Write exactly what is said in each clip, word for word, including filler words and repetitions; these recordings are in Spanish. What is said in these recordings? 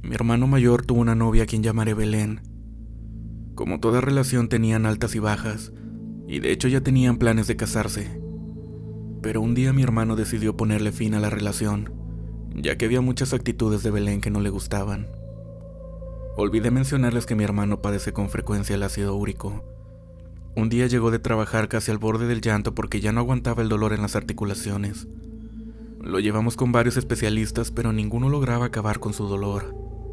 Mi hermano mayor tuvo una novia a quien llamaré Belén. Como toda relación tenían altas y bajas, y de hecho ya tenían planes de casarse. Pero un día mi hermano decidió ponerle fin a la relación, ya que había muchas actitudes de Belén que no le gustaban. Olvidé mencionarles que mi hermano padece con frecuencia el ácido úrico. Un día llegó de trabajar casi al borde del llanto porque ya no aguantaba el dolor en las articulaciones. Lo llevamos con varios especialistas, pero ninguno lograba acabar con su dolor.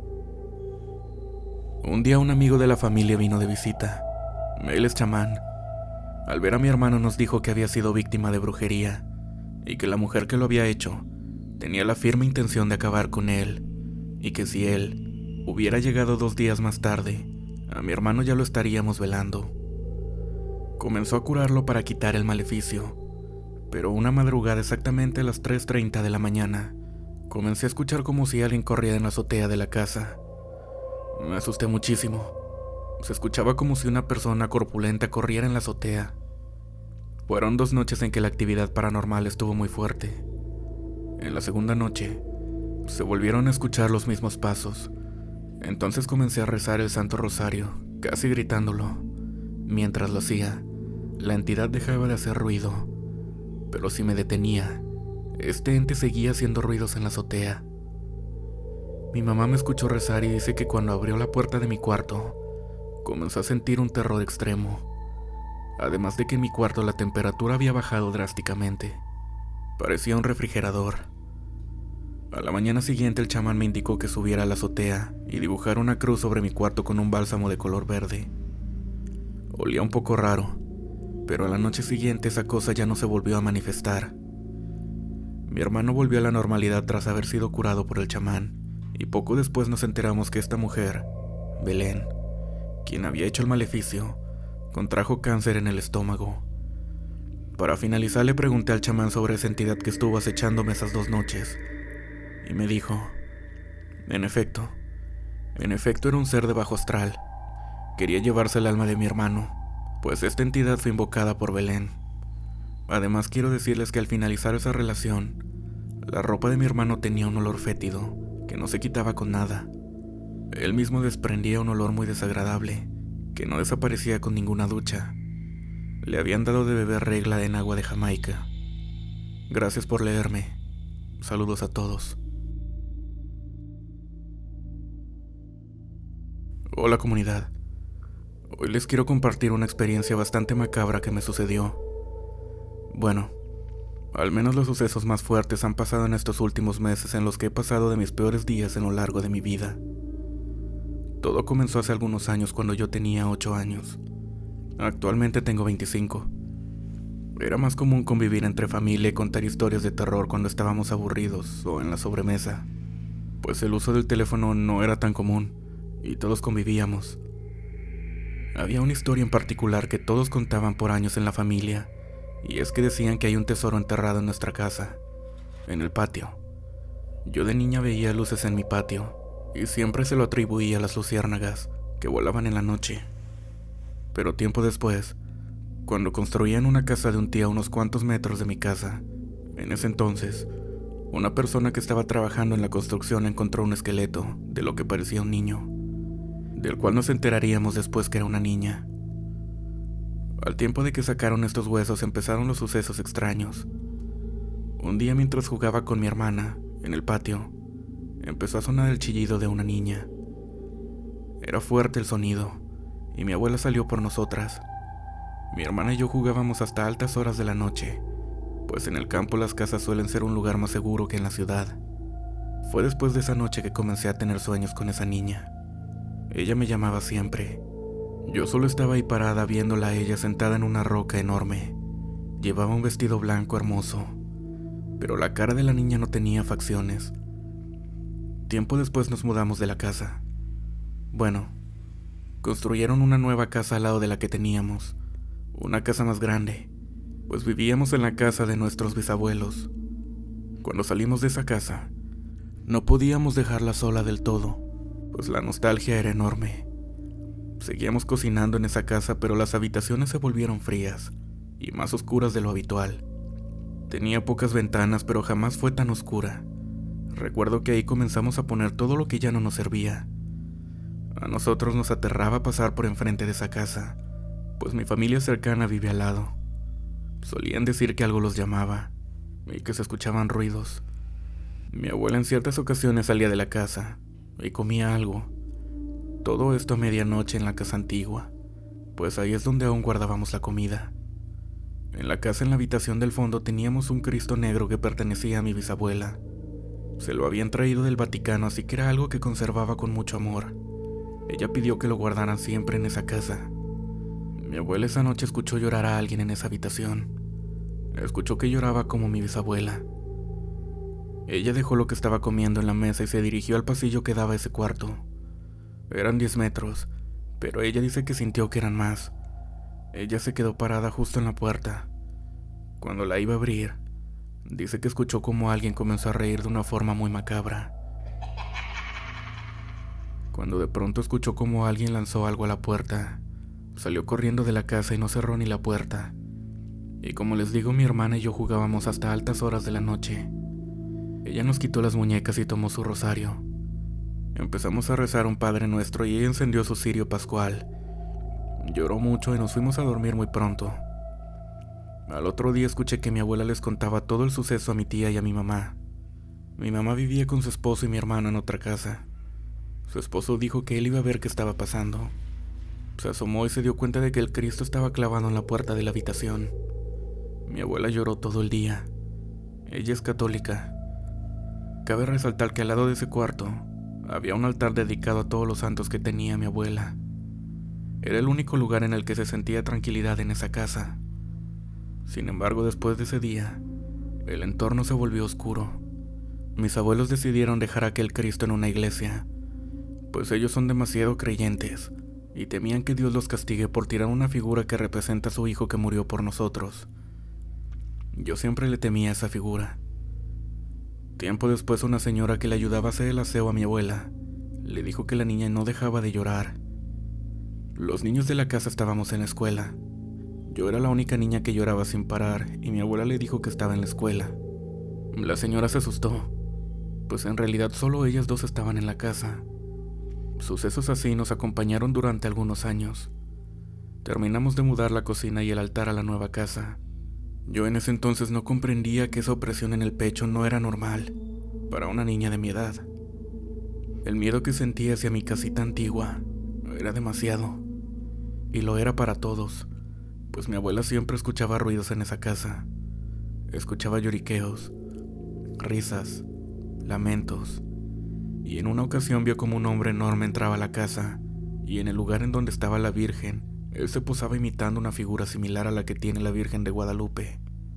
Un día un amigo de la familia vino de visita. Él es chamán. Al ver a mi hermano nos dijo que había sido víctima de brujería y que la mujer que lo había hecho tenía la firme intención de acabar con él, y que si él hubiera llegado dos días más tarde, a mi hermano ya lo estaríamos velando. Comenzó a curarlo para quitar el maleficio, pero una madrugada exactamente a las tres treinta de la mañana, comencé a escuchar como si alguien corría en la azotea de la casa. Me asusté muchísimo. Se escuchaba como si una persona corpulenta corriera en la azotea. Fueron dos noches en que la actividad paranormal estuvo muy fuerte. En la segunda noche, se volvieron a escuchar los mismos pasos. Entonces comencé a rezar el Santo Rosario, casi gritándolo. Mientras lo hacía, la entidad dejaba de hacer ruido, pero si me detenía, este ente seguía haciendo ruidos en la azotea. Mi mamá me escuchó rezar y dice que cuando abrió la puerta de mi cuarto, comenzó a sentir un terror extremo, además de que en mi cuarto la temperatura había bajado drásticamente. Parecía un refrigerador. A la mañana siguiente el chamán me indicó que subiera a la azotea y dibujara una cruz sobre mi cuarto con un bálsamo de color verde. Olía un poco raro, pero a la noche siguiente esa cosa ya no se volvió a manifestar. Mi hermano volvió a la normalidad tras haber sido curado por el chamán, y poco después nos enteramos que esta mujer, Belén, quien había hecho el maleficio, contrajo cáncer en el estómago. Para finalizar le pregunté al chamán sobre esa entidad que estuvo acechándome esas dos noches, y me dijo, en efecto, en efecto era un ser de bajo astral. Quería llevarse el alma de mi hermano, pues esta entidad fue invocada por Belén. Además quiero decirles que al finalizar esa relación, la ropa de mi hermano tenía un olor fétido, que no se quitaba con nada. Él mismo desprendía un olor muy desagradable, que no desaparecía con ninguna ducha. Le habían dado de beber regla en agua de Jamaica. Gracias por leerme. Saludos a todos. Hola comunidad. Hoy les quiero compartir una experiencia bastante macabra que me sucedió. Bueno, al menos los sucesos más fuertes han pasado en estos últimos meses en los que he pasado de mis peores días en lo largo de mi vida. Todo comenzó hace algunos años cuando yo tenía ocho años. Actualmente tengo veinticinco. Era más común convivir entre familia y contar historias de terror cuando estábamos aburridos o en la sobremesa, pues el uso del teléfono no era tan común y todos convivíamos. Había una historia en particular que todos contaban por años en la familia, y es que decían que hay un tesoro enterrado en nuestra casa, en el patio. Yo de niña veía luces en mi patio, y siempre se lo atribuía a las luciérnagas que volaban en la noche. Pero tiempo después, cuando construían una casa de un tío a unos cuantos metros de mi casa, en ese entonces, una persona que estaba trabajando en la construcción encontró un esqueleto de lo que parecía un niño, del cual nos enteraríamos después que era una niña. Al tiempo de que sacaron estos huesos empezaron los sucesos extraños. Un día mientras jugaba con mi hermana, en el patio, empezó a sonar el chillido de una niña. Era fuerte el sonido, y mi abuela salió por nosotras. Mi hermana y yo jugábamos hasta altas horas de la noche, pues en el campo las casas suelen ser un lugar más seguro que en la ciudad. Fue después de esa noche que comencé a tener sueños con esa niña. Ella me llamaba siempre. Yo solo estaba ahí parada viéndola a ella sentada en una roca enorme. Llevaba un vestido blanco hermoso, pero la cara de la niña no tenía facciones. Tiempo después nos mudamos de la casa. Bueno, construyeron una nueva casa al lado de la que teníamos, una casa más grande, pues vivíamos en la casa de nuestros bisabuelos. Cuando salimos de esa casa, no podíamos dejarla sola del todo, pues la nostalgia era enorme. Seguíamos cocinando en esa casa, pero las habitaciones se volvieron frías y más oscuras de lo habitual. Tenía pocas ventanas, pero jamás fue tan oscura. Recuerdo que ahí comenzamos a poner todo lo que ya no nos servía. A nosotros nos aterraba pasar por enfrente de esa casa, pues mi familia cercana vive al lado. Solían decir que algo los llamaba y que se escuchaban ruidos. Mi abuela en ciertas ocasiones salía de la casa y comía algo. Todo esto a medianoche en la casa antigua, pues ahí es donde aún guardábamos la comida. En la casa, en la habitación del fondo, teníamos un Cristo negro que pertenecía a mi bisabuela. Se lo habían traído del Vaticano, así que era algo que conservaba con mucho amor. Ella pidió que lo guardaran siempre en esa casa. Mi abuela esa noche escuchó llorar a alguien en esa habitación. Escuchó que lloraba como mi bisabuela. Ella dejó lo que estaba comiendo en la mesa y se dirigió al pasillo que daba a ese cuarto. Eran diez metros, pero ella dice que sintió que eran más. Ella se quedó parada justo en la puerta. Cuando la iba a abrir, dice que escuchó como alguien comenzó a reír de una forma muy macabra. Cuando de pronto escuchó como alguien lanzó algo a la puerta, salió corriendo de la casa y no cerró ni la puerta. Y como les digo, mi hermana y yo jugábamos hasta altas horas de la noche. Ella nos quitó las muñecas y tomó su rosario. Empezamos a rezar un Padre Nuestro y ella encendió su cirio pascual. Lloró mucho y nos fuimos a dormir muy pronto. Al otro día escuché que mi abuela les contaba todo el suceso a mi tía y a mi mamá. Mi mamá vivía con su esposo y mi hermano en otra casa. Su esposo dijo que él iba a ver qué estaba pasando. Se asomó y se dio cuenta de que el Cristo estaba clavado en la puerta de la habitación. Mi abuela lloró todo el día. Ella es católica. Cabe resaltar que al lado de ese cuarto había un altar dedicado a todos los santos que tenía mi abuela. Era el único lugar en el que se sentía tranquilidad en esa casa. Sin embargo, después de ese día, el entorno se volvió oscuro. Mis abuelos decidieron dejar aquel Cristo en una iglesia, pues ellos son demasiado creyentes y temían que Dios los castigue por tirar una figura que representa a su hijo que murió por nosotros. Yo siempre le temía a esa figura. Tiempo después, una señora que le ayudaba a hacer el aseo a mi abuela le dijo que la niña no dejaba de llorar. Los niños de la casa estábamos en la escuela. Yo era la única niña que lloraba sin parar y mi abuela le dijo que estaba en la escuela. La señora se asustó, pues en realidad solo ellas dos estaban en la casa. Sucesos así nos acompañaron durante algunos años. Terminamos de mudar la cocina y el altar a la nueva casa. Yo en ese entonces no comprendía que esa opresión en el pecho no era normal para una niña de mi edad. El miedo que sentía hacia mi casita antigua era demasiado, y lo era para todos, pues mi abuela siempre escuchaba ruidos en esa casa. Escuchaba lloriqueos, risas, lamentos, y en una ocasión vio como un hombre enorme entraba a la casa, y en el lugar en donde estaba la Virgen, él se posaba imitando una figura similar a la que tiene la Virgen de Guadalupe.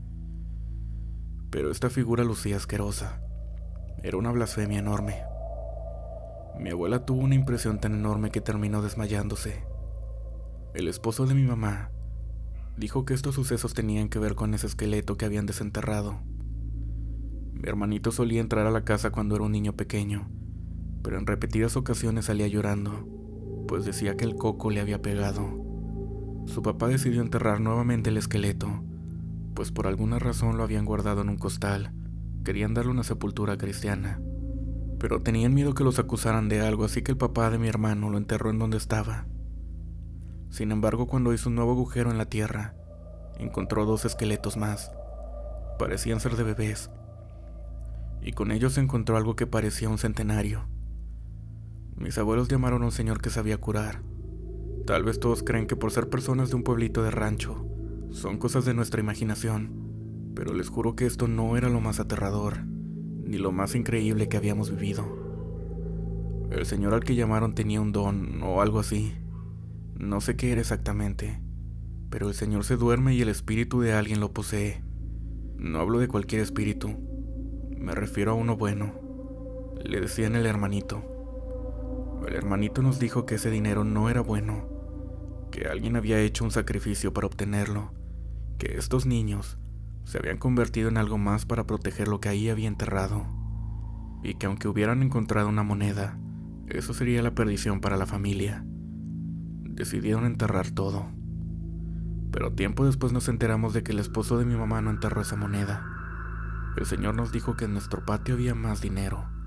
Pero esta figura lucía asquerosa. Era una blasfemia enorme. Mi abuela tuvo una impresión tan enorme que terminó desmayándose. El esposo de mi mamá dijo que estos sucesos tenían que ver con ese esqueleto que habían desenterrado. Mi hermanito solía entrar a la casa cuando era un niño pequeño, pero en repetidas ocasiones salía llorando, pues decía que el coco le había pegado. Su papá decidió enterrar nuevamente el esqueleto, pues por alguna razón lo habían guardado en un costal. Querían darle una sepultura cristiana, pero tenían miedo que los acusaran de algo, así que el papá de mi hermano lo enterró en donde estaba. Sin embargo, cuando hizo un nuevo agujero en la tierra, encontró dos esqueletos más. Parecían ser de bebés, y con ellos encontró algo que parecía un centenario. Mis abuelos llamaron a un señor que sabía curar. Tal vez todos creen que por ser personas de un pueblito de rancho, son cosas de nuestra imaginación, pero les juro que esto no era lo más aterrador, ni lo más increíble que habíamos vivido. El señor al que llamaron tenía un don, o algo así. No sé qué era exactamente, pero el señor se duerme y el espíritu de alguien lo posee. No hablo de cualquier espíritu, me refiero a uno bueno. Le decían el hermanito. El hermanito nos dijo que ese dinero no era bueno, que alguien había hecho un sacrificio para obtenerlo, que estos niños se habían convertido en algo más para proteger lo que ahí había enterrado, y que aunque hubieran encontrado una moneda, eso sería la perdición para la familia. Decidieron enterrar todo. Pero tiempo después nos enteramos de que el esposo de mi mamá no enterró esa moneda. El señor nos dijo que en nuestro patio había más dinero,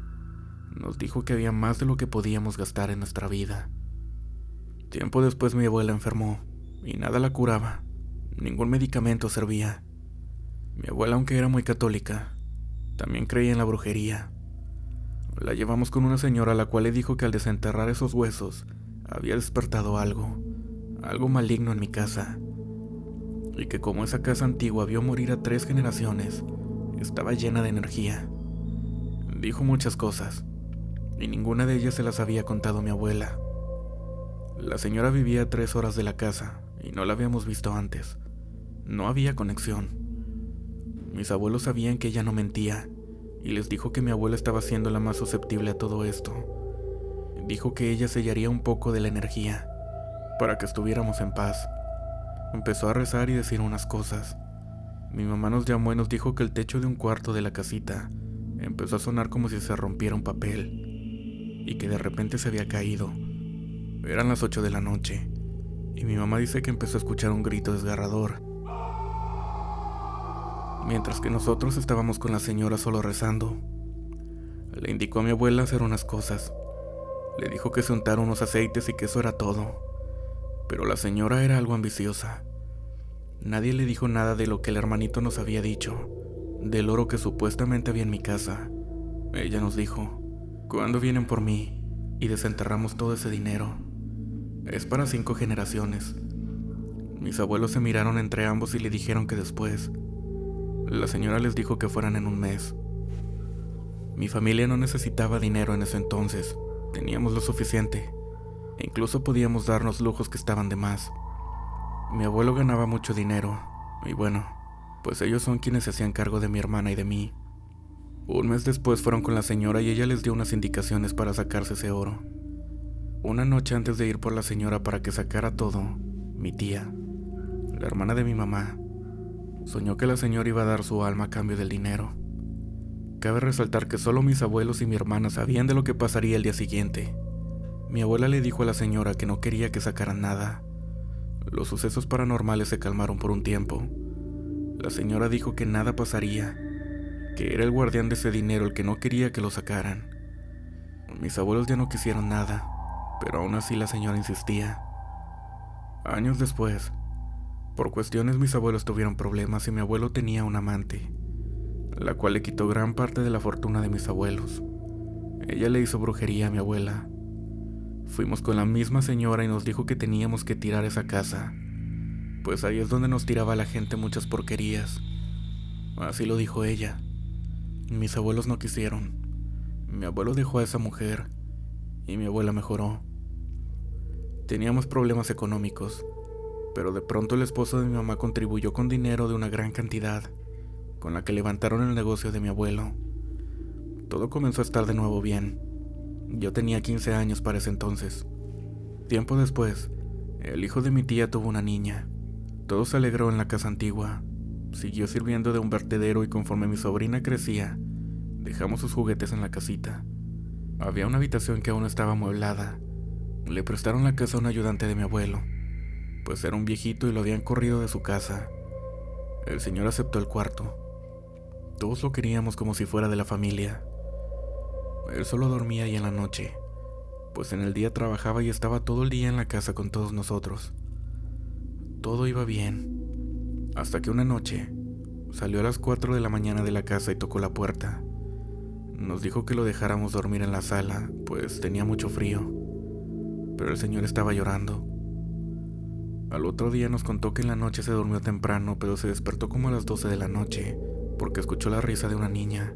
Nos dijo que había más de lo que podíamos gastar en nuestra vida. Tiempo después mi abuela enfermó y nada la curaba, ningún medicamento servía. Mi abuela, aunque era muy católica, también creía en la brujería. La llevamos con una señora a la cual le dijo que al desenterrar esos huesos había despertado algo, algo maligno en mi casa, y que como esa casa antigua vio morir a tres generaciones, estaba llena de energía. Dijo muchas cosas, y ninguna de ellas se las había contado mi abuela. La señora vivía a tres horas de la casa y no la habíamos visto antes. No había conexión. Mis abuelos sabían que ella no mentía y les dijo que mi abuela estaba siendo la más susceptible a todo esto. Dijo que ella sellaría un poco de la energía para que estuviéramos en paz. Empezó a rezar y decir unas cosas. Mi mamá nos llamó y nos dijo que el techo de un cuarto de la casita empezó a sonar como si se rompiera un papel y que de repente se había caído. Eran las ocho de la noche y mi mamá dice que empezó a escuchar un grito desgarrador, mientras que nosotros estábamos con la señora solo rezando. Le indicó a mi abuela hacer unas cosas. Le dijo que se untara unos aceites y que eso era todo. Pero la señora era algo ambiciosa. Nadie le dijo nada de lo que el hermanito nos había dicho, del oro que supuestamente había en mi casa. Ella nos dijo: ¿cuándo vienen por mí y desenterramos todo ese dinero? Es para cinco generaciones. Mis abuelos se miraron entre ambos y le dijeron que después. La señora les dijo que fueran en un mes. Mi familia no necesitaba dinero en ese entonces. Teníamos lo suficiente. E incluso podíamos darnos lujos que estaban de más. Mi abuelo ganaba mucho dinero. Y bueno, pues ellos son quienes se hacían cargo de mi hermana y de mí. Un mes después fueron con la señora y ella les dio unas indicaciones para sacarse ese oro. Una noche antes de ir por la señora para que sacara todo, mi tía, la hermana de mi mamá, soñó que la señora iba a dar su alma a cambio del dinero. Cabe resaltar que solo mis abuelos y mi hermana sabían de lo que pasaría el día siguiente. Mi abuela le dijo a la señora que no quería que sacaran nada. Los sucesos paranormales se calmaron por un tiempo. La señora dijo que nada pasaría, que era el guardián de ese dinero el que no quería que lo sacaran. Mis abuelos ya no quisieron nada, pero aún así la señora insistía. Años después, por cuestiones mis abuelos tuvieron problemas y mi abuelo tenía un amante, la cual le quitó gran parte de la fortuna de mis abuelos. Ella le hizo brujería a mi abuela. Fuimos con la misma señora y nos dijo que teníamos que tirar esa casa, pues ahí es donde nos tiraba la gente muchas porquerías. Así lo dijo ella. Mis abuelos no quisieron. Mi abuelo dejó a esa mujer y mi abuela mejoró. Teníamos problemas económicos, pero de pronto el esposo de mi mamá contribuyó con dinero de una gran cantidad, con la que levantaron el negocio de mi abuelo. Todo comenzó a estar de nuevo bien. Yo tenía quince años para ese entonces. Tiempo después, el hijo de mi tía tuvo una niña. Todo se alegró en la casa antigua. Siguió sirviendo de un vertedero y conforme mi sobrina crecía, dejamos sus juguetes en la casita. Había una habitación que aún estaba amueblada. Le prestaron la casa a un ayudante de mi abuelo, pues era un viejito y lo habían corrido de su casa. El señor aceptó el cuarto. Todos lo queríamos como si fuera de la familia. Él solo dormía ahí en la noche, pues en el día trabajaba y estaba todo el día en la casa con todos nosotros. Todo iba bien, hasta que una noche salió a las cuatro de la mañana de la casa y tocó la puerta. Nos dijo que lo dejáramos dormir en la sala, pues tenía mucho frío, pero el señor estaba llorando. Al otro día nos contó que en la noche se durmió temprano, pero se despertó como a las doce de la noche, porque escuchó la risa de una niña.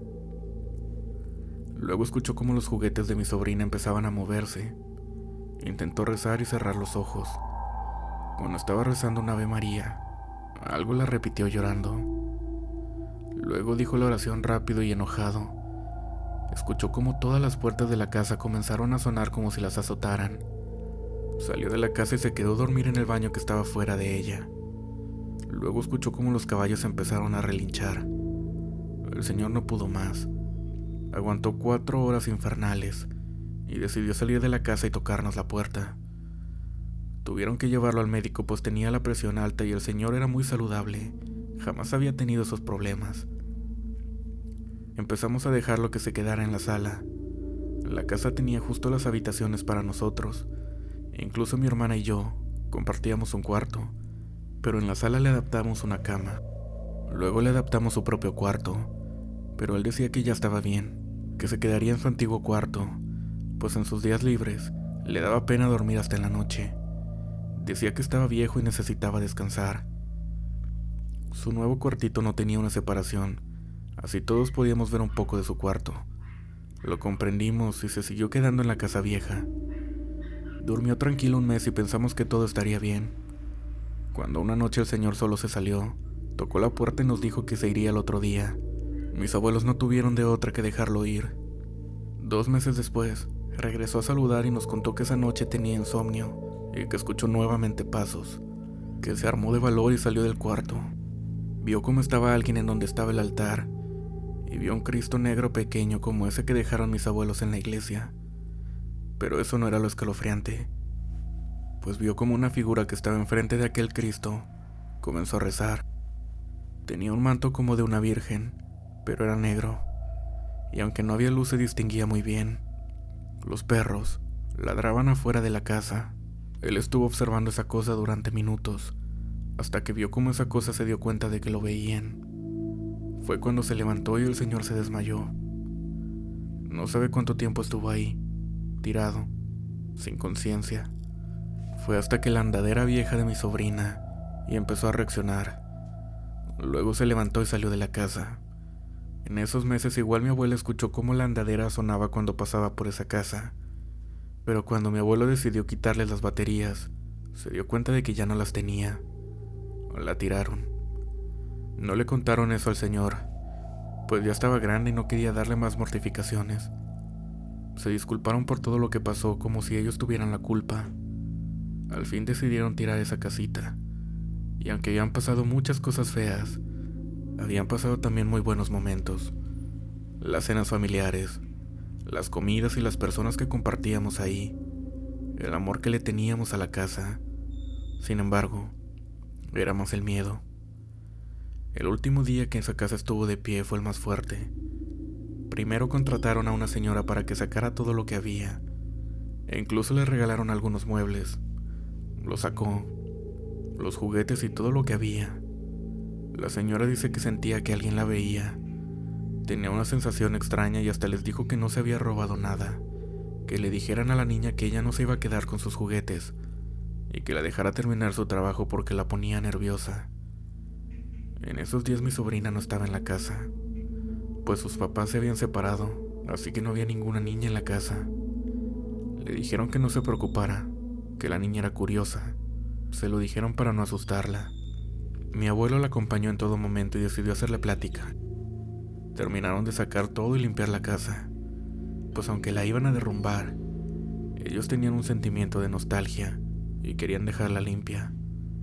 Luego escuchó cómo los juguetes de mi sobrina empezaban a moverse. Intentó rezar y cerrar los ojos. Cuando estaba rezando un Ave María, algo la repitió llorando. Luego dijo la oración rápido y enojado. Escuchó cómo todas las puertas de la casa comenzaron a sonar como si las azotaran. Salió de la casa y se quedó a dormir en el baño que estaba fuera de ella. Luego escuchó cómo los caballos empezaron a relinchar. El señor no pudo más. Aguantó cuatro horas infernales y decidió salir de la casa y tocarnos la puerta. Tuvieron que llevarlo al médico pues tenía la presión alta y el señor era muy saludable. Jamás había tenido esos problemas. Empezamos a dejarlo que se quedara en la sala. La casa tenía justo las habitaciones para nosotros. Incluso mi hermana y yo compartíamos un cuarto, pero en la sala le adaptamos una cama. Luego le adaptamos su propio cuarto, pero él decía que ya estaba bien, que se quedaría en su antiguo cuarto, pues en sus días libres le daba pena dormir hasta en la noche. Decía que estaba viejo y necesitaba descansar. Su nuevo cuartito no tenía una separación, así todos podíamos ver un poco de su cuarto. Lo comprendimos y se siguió quedando en la casa vieja. Durmió tranquilo un mes y pensamos que todo estaría bien. Cuando una noche el señor solo se salió, tocó la puerta y nos dijo que se iría el otro día. Mis abuelos no tuvieron de otra que dejarlo ir. Dos meses después, regresó a saludar y nos contó que esa noche tenía insomnio y que escuchó nuevamente pasos, que se armó de valor y salió del cuarto. Vio cómo estaba alguien en donde estaba el altar y vio un Cristo negro pequeño como ese que dejaron mis abuelos en la iglesia. Pero eso no era lo escalofriante, pues vio como una figura que estaba enfrente de aquel Cristo comenzó a rezar. Tenía un manto como de una virgen, pero era negro, y aunque no había luz se distinguía muy bien. Los perros ladraban afuera de la casa. Él estuvo observando esa cosa durante minutos, hasta que vio cómo esa cosa se dio cuenta de que lo veían. Fue cuando se levantó y el señor se desmayó. No sabe cuánto tiempo estuvo ahí, tirado, sin conciencia. Fue hasta que la andadera vieja de mi sobrina y empezó a reaccionar. Luego se levantó y salió de la casa. En esos meses igual mi abuela escuchó cómo la andadera sonaba cuando pasaba por esa casa. Pero cuando mi abuelo decidió quitarle las baterías, se dio cuenta de que ya no las tenía. La tiraron. No le contaron eso al señor, pues ya estaba grande y no quería darle más mortificaciones. Se disculparon por todo lo que pasó como si ellos tuvieran la culpa. Al fin decidieron tirar esa casita, y aunque habían pasado muchas cosas feas, habían pasado también muy buenos momentos. Las cenas familiares, las comidas y las personas que compartíamos ahí, el amor que le teníamos a la casa. Sin embargo, era más el miedo. El último día que esa casa estuvo de pie fue el más fuerte. Primero contrataron a una señora para que sacara todo lo que había, e incluso le regalaron algunos muebles. Lo sacó, los juguetes y todo lo que había. La señora dice que sentía que alguien la veía. Tenía una sensación extraña y hasta les dijo que no se había robado nada, que le dijeran a la niña que ella no se iba a quedar con sus juguetes y que la dejara terminar su trabajo porque la ponía nerviosa. En esos días mi sobrina no estaba en la casa, pues sus papás se habían separado, así que no había ninguna niña en la casa. Le dijeron que no se preocupara, que la niña era curiosa. Se lo dijeron para no asustarla. Mi abuelo la acompañó en todo momento y decidió hacerle plática. Terminaron de sacar todo y limpiar la casa, pues aunque la iban a derrumbar, ellos tenían un sentimiento de nostalgia y querían dejarla limpia.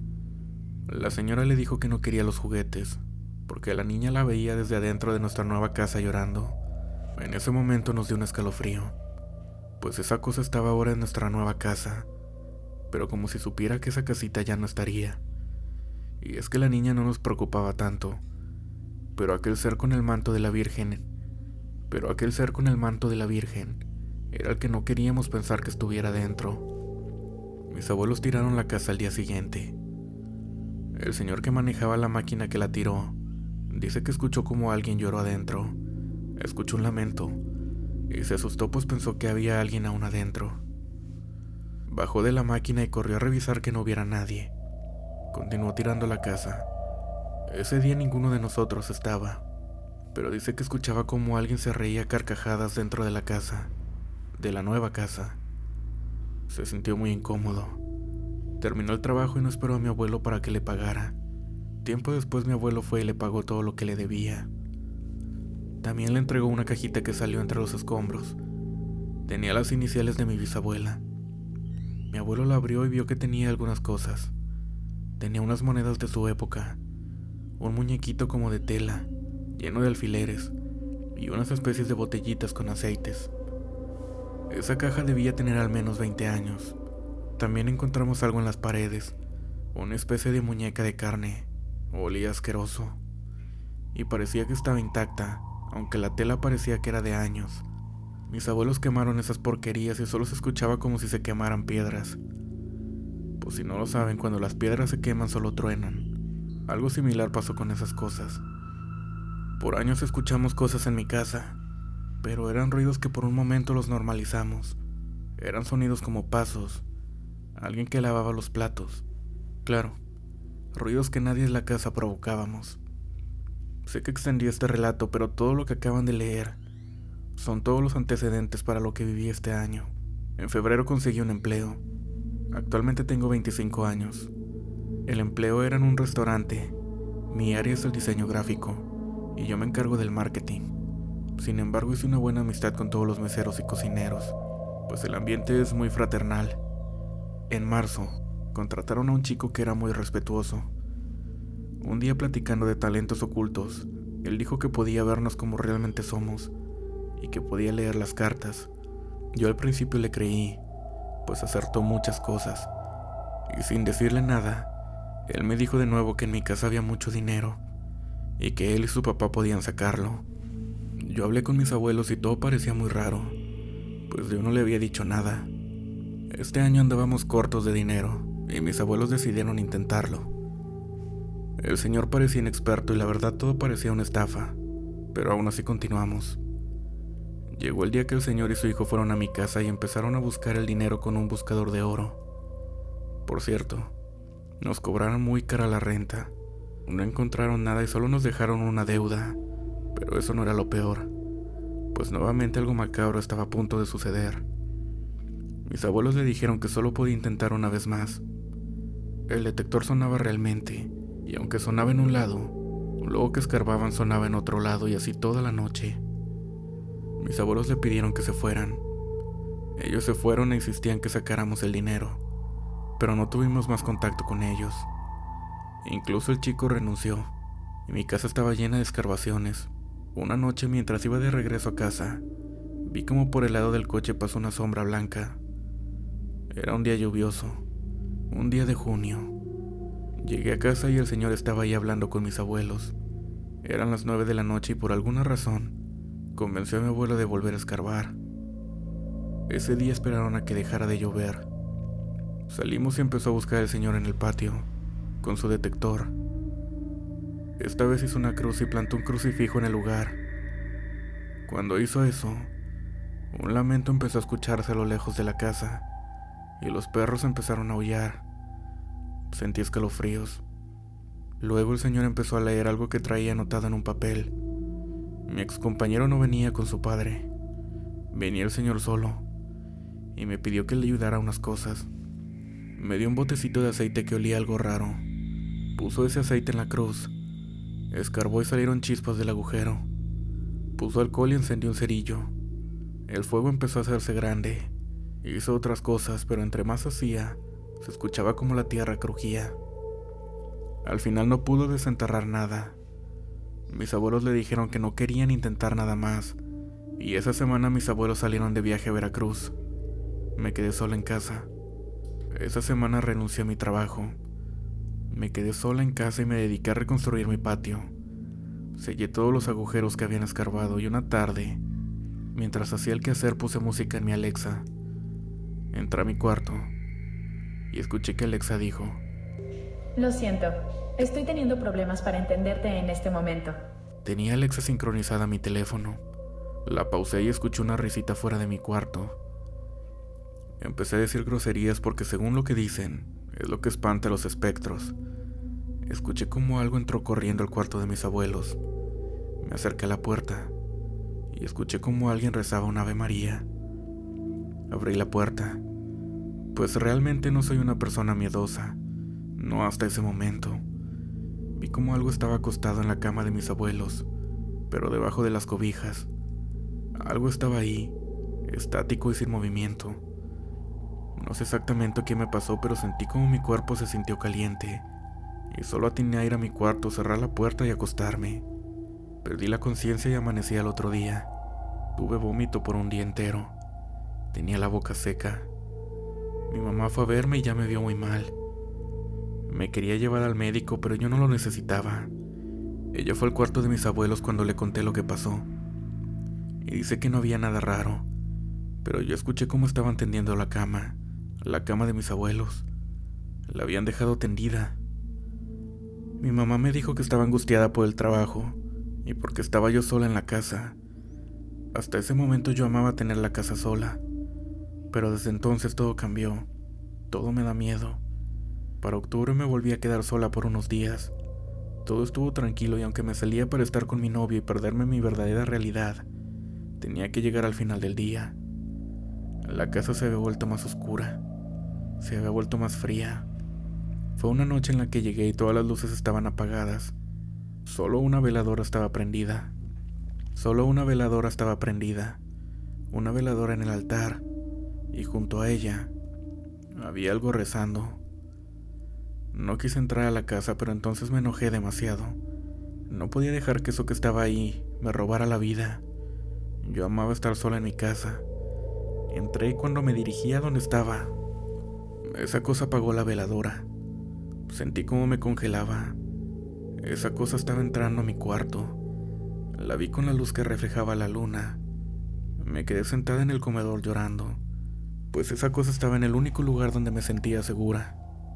La señora le dijo que no quería los juguetes, porque la niña la veía desde adentro de nuestra nueva casa llorando. En ese momento nos dio un escalofrío, pues esa cosa estaba ahora en nuestra nueva casa, pero como si supiera que esa casita ya no estaría. Y es que la niña no nos preocupaba tanto, pero aquel ser con el manto de la Virgen, pero aquel ser con el manto de la Virgen era el que no queríamos pensar que estuviera dentro. Mis abuelos tiraron la casa al día siguiente. El señor que manejaba la máquina que la tiró dice que escuchó como alguien lloró adentro. Escuchó un lamento y se asustó pues pensó que había alguien aún adentro. Bajó de la máquina y corrió a revisar que no hubiera nadie. Continuó tirando la casa. Ese día ninguno de nosotros estaba, pero dice que escuchaba como alguien se reía a carcajadas dentro de la casa, de la nueva casa. Se sintió muy incómodo. Terminó el trabajo y no esperó a mi abuelo para que le pagara. Tiempo después mi abuelo fue y le pagó todo lo que le debía. También le entregó una cajita que salió entre los escombros. Tenía las iniciales de mi bisabuela. Mi abuelo la abrió y vio que tenía algunas cosas. Tenía unas monedas de su época, un muñequito como de tela, lleno de alfileres, y unas especies de botellitas con aceites. Esa caja debía tener al menos veinte años. También encontramos algo en las paredes, una especie de muñeca de carne. Olía asqueroso, y parecía que estaba intacta, aunque la tela parecía que era de años. Mis abuelos quemaron esas porquerías y solo se escuchaba como si se quemaran piedras. Pues si no lo saben, cuando las piedras se queman solo truenan. Algo similar pasó con esas cosas. Por años escuchamos cosas en mi casa, pero eran ruidos que por un momento los normalizamos. Eran sonidos como pasos, alguien que lavaba los platos. Claro, ruidos que nadie en la casa provocábamos. Sé que extendí este relato, pero todo lo que acaban de leer son todos los antecedentes para lo que viví este año. En febrero conseguí un empleo. Actualmente tengo veinticinco años. El empleo era en un restaurante. Mi área es el diseño gráfico y yo me encargo del marketing. Sin embargo, hice una buena amistad con todos los meseros y cocineros, pues el ambiente es muy fraternal. En marzo, contrataron a un chico que era muy respetuoso. Un día, platicando de talentos ocultos, él dijo que podía vernos como realmente somos y que podía leer las cartas. Yo al principio le creí, pues acertó muchas cosas, y sin decirle nada, él me dijo de nuevo que en mi casa había mucho dinero y que él y su papá podían sacarlo. Yo hablé con mis abuelos y todo parecía muy raro, pues yo no le había dicho nada. Este año andábamos cortos de dinero y mis abuelos decidieron intentarlo. El señor parecía inexperto y la verdad todo parecía una estafa, pero aún así continuamos. Llegó el día que el señor y su hijo fueron a mi casa y empezaron a buscar el dinero con un buscador de oro. Por cierto, nos cobraron muy cara la renta. No encontraron nada y solo nos dejaron una deuda, pero eso no era lo peor, pues nuevamente algo macabro estaba a punto de suceder. Mis abuelos le dijeron que solo podía intentar una vez más. El detector sonaba realmente, y aunque sonaba en un lado, luego que escarbaban sonaba en otro lado y así toda la noche. Mis abuelos le pidieron que se fueran. Ellos se fueron e insistían que sacáramos el dinero, pero no tuvimos más contacto con ellos. Incluso el chico renunció, y mi casa estaba llena de escarbaciones. Una noche, mientras iba de regreso a casa, vi como por el lado del coche pasó una sombra blanca. Era un día lluvioso, un día de junio. Llegué a casa y el señor estaba ahí hablando con mis abuelos. Eran las nueve de la noche y por alguna razón convenció a mi abuelo de volver a escarbar. Ese día esperaron a que dejara de llover. Salimos y empezó a buscar al señor en el patio, con su detector. Esta vez hizo una cruz y plantó un crucifijo en el lugar. Cuando hizo eso, un lamento empezó a escucharse a lo lejos de la casa, y los perros empezaron a aullar. Sentí escalofríos. Luego el señor empezó a leer algo que traía anotado en un papel. Mi excompañero no venía con su padre. Venía el señor solo, y me pidió que le ayudara a unas cosas. Me dio un botecito de aceite que olía algo raro. Puso ese aceite en la cruz. Escarbó y salieron chispas del agujero. Puso alcohol y encendió un cerillo. El fuego empezó a hacerse grande. Hizo otras cosas, pero entre más hacía, se escuchaba como la tierra crujía. Al final no pudo desenterrar nada. Mis abuelos le dijeron que no querían intentar nada más, y esa semana mis abuelos salieron de viaje a Veracruz. Me quedé sola en casa. Esa semana renuncié a mi trabajo. Me quedé sola en casa y me dediqué a reconstruir mi patio. Sellé todos los agujeros que habían escarbado y una tarde, mientras hacía el quehacer, puse música en mi Alexa. Entré a mi cuarto y escuché que Alexa dijo: Lo siento, estoy teniendo problemas para entenderte en este momento. Tenía Alexa sincronizada a mi teléfono. La pausé y escuché una risita fuera de mi cuarto. Empecé a decir groserías porque, según lo que dicen, es lo que espanta a los espectros. Escuché como algo entró corriendo al cuarto de mis abuelos. Me acerqué a la puerta y escuché como alguien rezaba un Ave María. Abrí la puerta, pues realmente no soy una persona miedosa, no hasta ese momento. Vi como algo estaba acostado en la cama de mis abuelos, pero debajo de las cobijas. Algo estaba ahí, estático y sin movimiento. No sé exactamente qué me pasó, pero sentí como mi cuerpo se sintió caliente, y solo atiné a ir a mi cuarto, cerrar la puerta y acostarme. Perdí la conciencia y amanecí al otro día. Tuve vómito por un día entero. Tenía la boca seca. Mi mamá fue a verme y ya me vio muy mal. Me quería llevar al médico, pero yo no lo necesitaba. Ella fue al cuarto de mis abuelos cuando le conté lo que pasó, y dice que no había nada raro, pero yo escuché cómo estaban tendiendo la cama, la cama de mis abuelos. La habían dejado tendida. Mi mamá me dijo que estaba angustiada por el trabajo y porque estaba yo sola en la casa. Hasta ese momento yo amaba tener la casa sola, pero desde entonces todo cambió. Todo me da miedo. Para octubre me volví a quedar sola por unos días. Todo estuvo tranquilo y aunque me salía para estar con mi novio y perderme mi verdadera realidad, tenía que llegar al final del día. La casa se había vuelto más oscura, se había vuelto más fría. Fue una noche en la que llegué y todas las luces estaban apagadas. Solo una veladora estaba prendida. Solo una veladora estaba prendida. Una veladora en el altar, y junto a ella había algo rezando. No quise entrar a la casa, pero entonces me enojé demasiado. No podía dejar que eso que estaba ahí me robara la vida. Yo amaba estar sola en mi casa. Entré y cuando me dirigí a donde estaba, esa cosa apagó la veladora. Sentí como me congelaba. Esa cosa estaba entrando a mi cuarto. La vi con la luz que reflejaba la luna. Me quedé sentada en el comedor llorando, pues esa cosa estaba en el único lugar donde me sentía segura.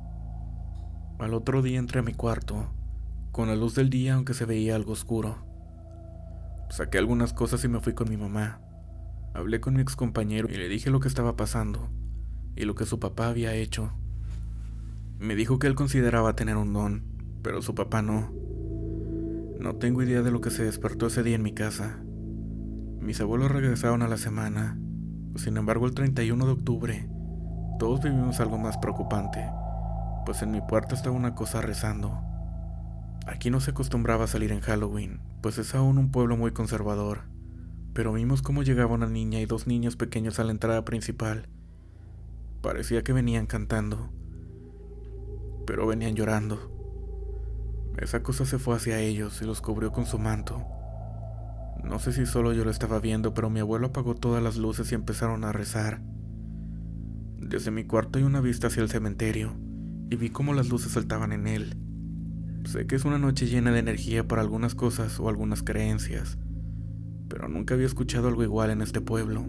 Al otro día entré a mi cuarto, con la luz del día aunque se veía algo oscuro. Saqué algunas cosas y me fui con mi mamá. Hablé con mi excompañero y le dije lo que estaba pasando y lo que su papá había hecho. Me dijo que él consideraba tener un don, pero su papá no. No tengo idea de lo que se despertó ese día en mi casa. Mis abuelos regresaron a la semana. Sin embargo, el treinta y uno de octubre, todos vivimos algo más preocupante, pues en mi puerta estaba una cosa rezando. Aquí no se acostumbraba a salir en Halloween, pues es aún un pueblo muy conservador, pero vimos cómo llegaba una niña y dos niños pequeños a la entrada principal. Parecía que venían cantando, pero venían llorando. Esa cosa se fue hacia ellos y los cubrió con su manto. No sé si solo yo lo estaba viendo, pero mi abuelo apagó todas las luces y empezaron a rezar. Desde mi cuarto hay una vista hacia el cementerio, y vi cómo las luces saltaban en él. Sé que es una noche llena de energía para algunas cosas o algunas creencias, pero nunca había escuchado algo igual en este pueblo.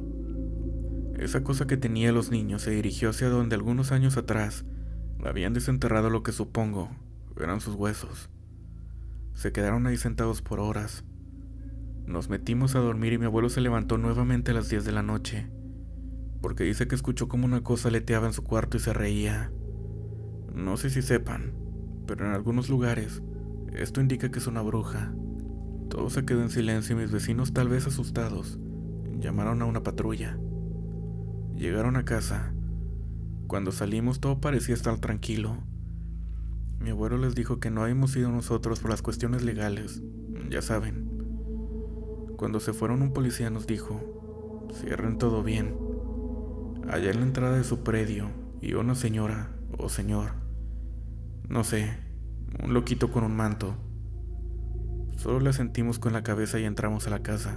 Esa cosa que tenía los niños se dirigió hacia donde algunos años atrás habían desenterrado lo que supongo eran sus huesos. Se quedaron ahí sentados por horas. Nos metimos a dormir y mi abuelo se levantó nuevamente a las diez de la noche, porque dice que escuchó como una cosa aleteaba en su cuarto y se reía. No sé si sepan, pero en algunos lugares esto indica que es una bruja. Todo se quedó en silencio y mis vecinos, tal vez asustados, llamaron a una patrulla. Llegaron a casa. Cuando salimos todo parecía estar tranquilo. Mi abuelo les dijo que no habíamos sido nosotros por las cuestiones legales, ya saben. Cuando se fueron, un policía nos dijo: cierren todo bien. Allá en la entrada de su predio iba una señora o señor, no sé, un loquito con un manto. Solo la sentimos con la cabeza y entramos a la casa.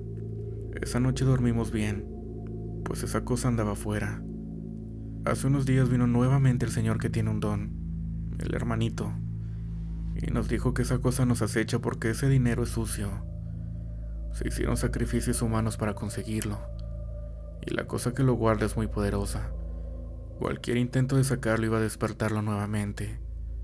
Esa noche dormimos bien, pues esa cosa andaba afuera. Hace unos días vino nuevamente el señor que tiene un don, el hermanito, y nos dijo que esa cosa nos acecha porque ese dinero es sucio. Se hicieron sacrificios humanos para conseguirlo, y la cosa que lo guarda es muy poderosa. Cualquier intento de sacarlo iba a despertarlo nuevamente.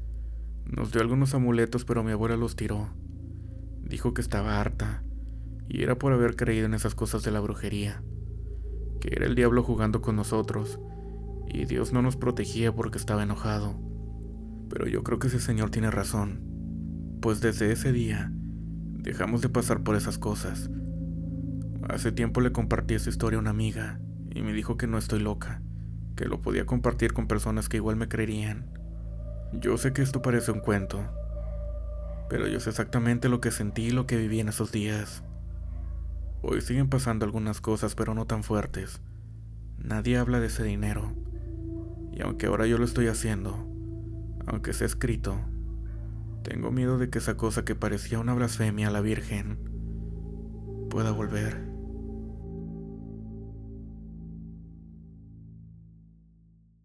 Nos dio algunos amuletos, pero mi abuela los tiró. Dijo que estaba harta, y era por haber creído en esas cosas de la brujería, que era el diablo jugando con nosotros, y Dios no nos protegía porque estaba enojado. Pero yo creo que ese señor tiene razón, pues desde ese día dejamos de pasar por esas cosas. Hace tiempo le compartí esa historia a una amiga y me dijo que no estoy loca, que lo podía compartir con personas que igual me creerían. Yo sé que esto parece un cuento, pero yo sé exactamente lo que sentí y lo que viví en esos días. Hoy siguen pasando algunas cosas, pero no tan fuertes. Nadie habla de ese dinero, y aunque ahora yo lo estoy haciendo, aunque sea escrito, tengo miedo de que esa cosa que parecía una blasfemia a la Virgen pueda volver.